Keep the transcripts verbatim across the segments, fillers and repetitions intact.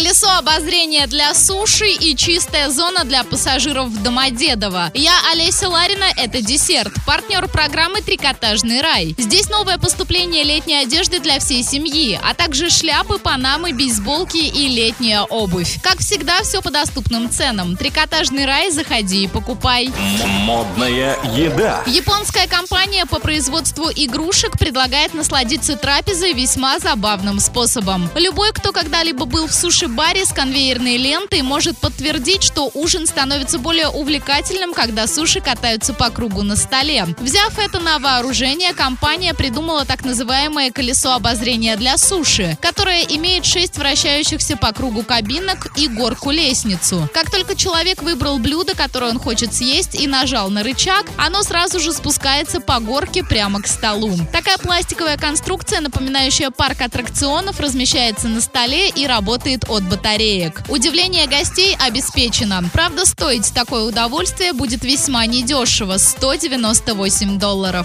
колесо обозрения для суши и чистая зона для пассажиров в Домодедово. Я Олеся Ларина, это десерт, партнер программы «Трикотажный рай». Здесь новое поступление летней одежды для всей семьи, а также шляпы, панамы, бейсболки и летняя обувь. Как всегда, все по доступным ценам. «Трикотажный рай», заходи и покупай. Модная еда. Японская компания по производству игрушек предлагает насладиться трапезой весьма забавным способом. Любой, кто когда-либо был в суши-баре с конвейерной лентой, может подтвердить, что ужин становится более увлекательным, когда суши катаются по кругу на столе. Взяв это на вооружение, компания придумала так называемое колесо обозрения для суши, которое имеет шесть вращающихся по кругу кабинок и горку-лестницу. Как только человек выбрал блюдо, которое он хочет съесть, и нажал на рычаг, оно сразу же спускается по горке прямо к столу. Такая пластиковая конструкция, напоминающая парк аттракционов, размещается на столе и работает от батареек. Удивление гостей обеспечено. Правда, стоить такое удовольствие будет весьма недешево – сто девяносто восемь долларов.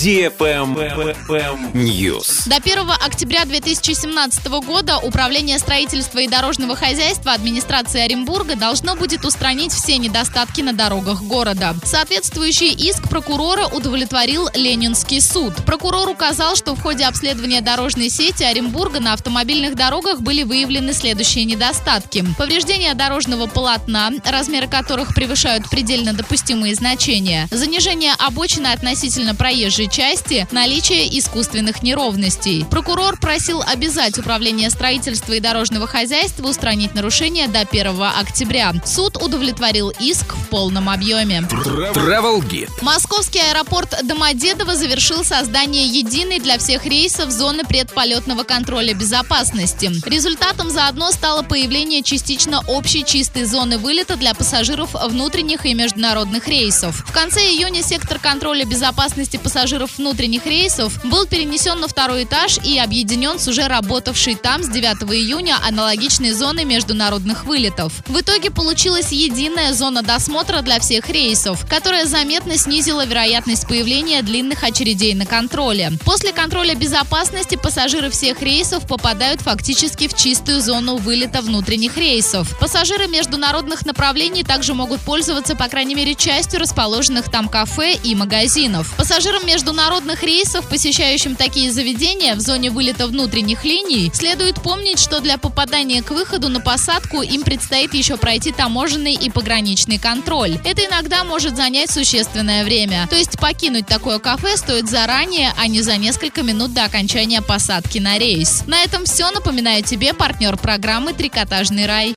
News. До первого октября две тысячи семнадцатого года Управление строительства и дорожного хозяйства администрации Оренбурга должно будет устранить все недостатки на дорогах города. Соответствующий иск прокурора удовлетворил Ленинский суд. Прокурор указал, что в ходе обследования дорожной сети Оренбурга на автомобильных дорогах были выявлены следующие недостатки: повреждение дорожного полотна, размеры которых превышают предельно допустимые значения, занижение обочины относительно проезжей части, наличие искусственных неровностей. Прокурор просил обязать Управление строительства и дорожного хозяйства устранить нарушения до первого октября. Суд удовлетворил иск в полном объеме. Travel Guide. Московский аэропорт Домодедово завершил создание единой для всех рейсов зоны предполетного контроля безопасности. Результатом заодно стало появление частично общей чистой зоны вылета для пассажиров внутренних и международных рейсов. В конце июня сектор контроля безопасности пассажиров внутренних рейсов был перенесен на второй этаж и объединен с уже работавшей там с девятого июня аналогичной зоной международных вылетов. В итоге получилась единая зона досмотра для всех рейсов, которая заметно снизила вероятность появления длинных очередей на контроле. После контроля безопасности пассажиры всех рейсов попадают фактически в чистую зону вылета внутренних рейсов. Пассажиры международных направлений также могут пользоваться, по крайней мере, частью расположенных там кафе и магазинов. Пассажирам международных рейсов, посещающим такие заведения в зоне вылета внутренних линий, следует помнить, что для попадания к выходу на посадку им предстоит еще пройти таможенный и пограничный контроль. Это иногда может занять существенное время. То есть покинуть такое кафе стоит заранее, а не за несколько минут до окончания посадки на рейс. На этом все. Напоминаю тебе партнер программы «Трикотажный рай».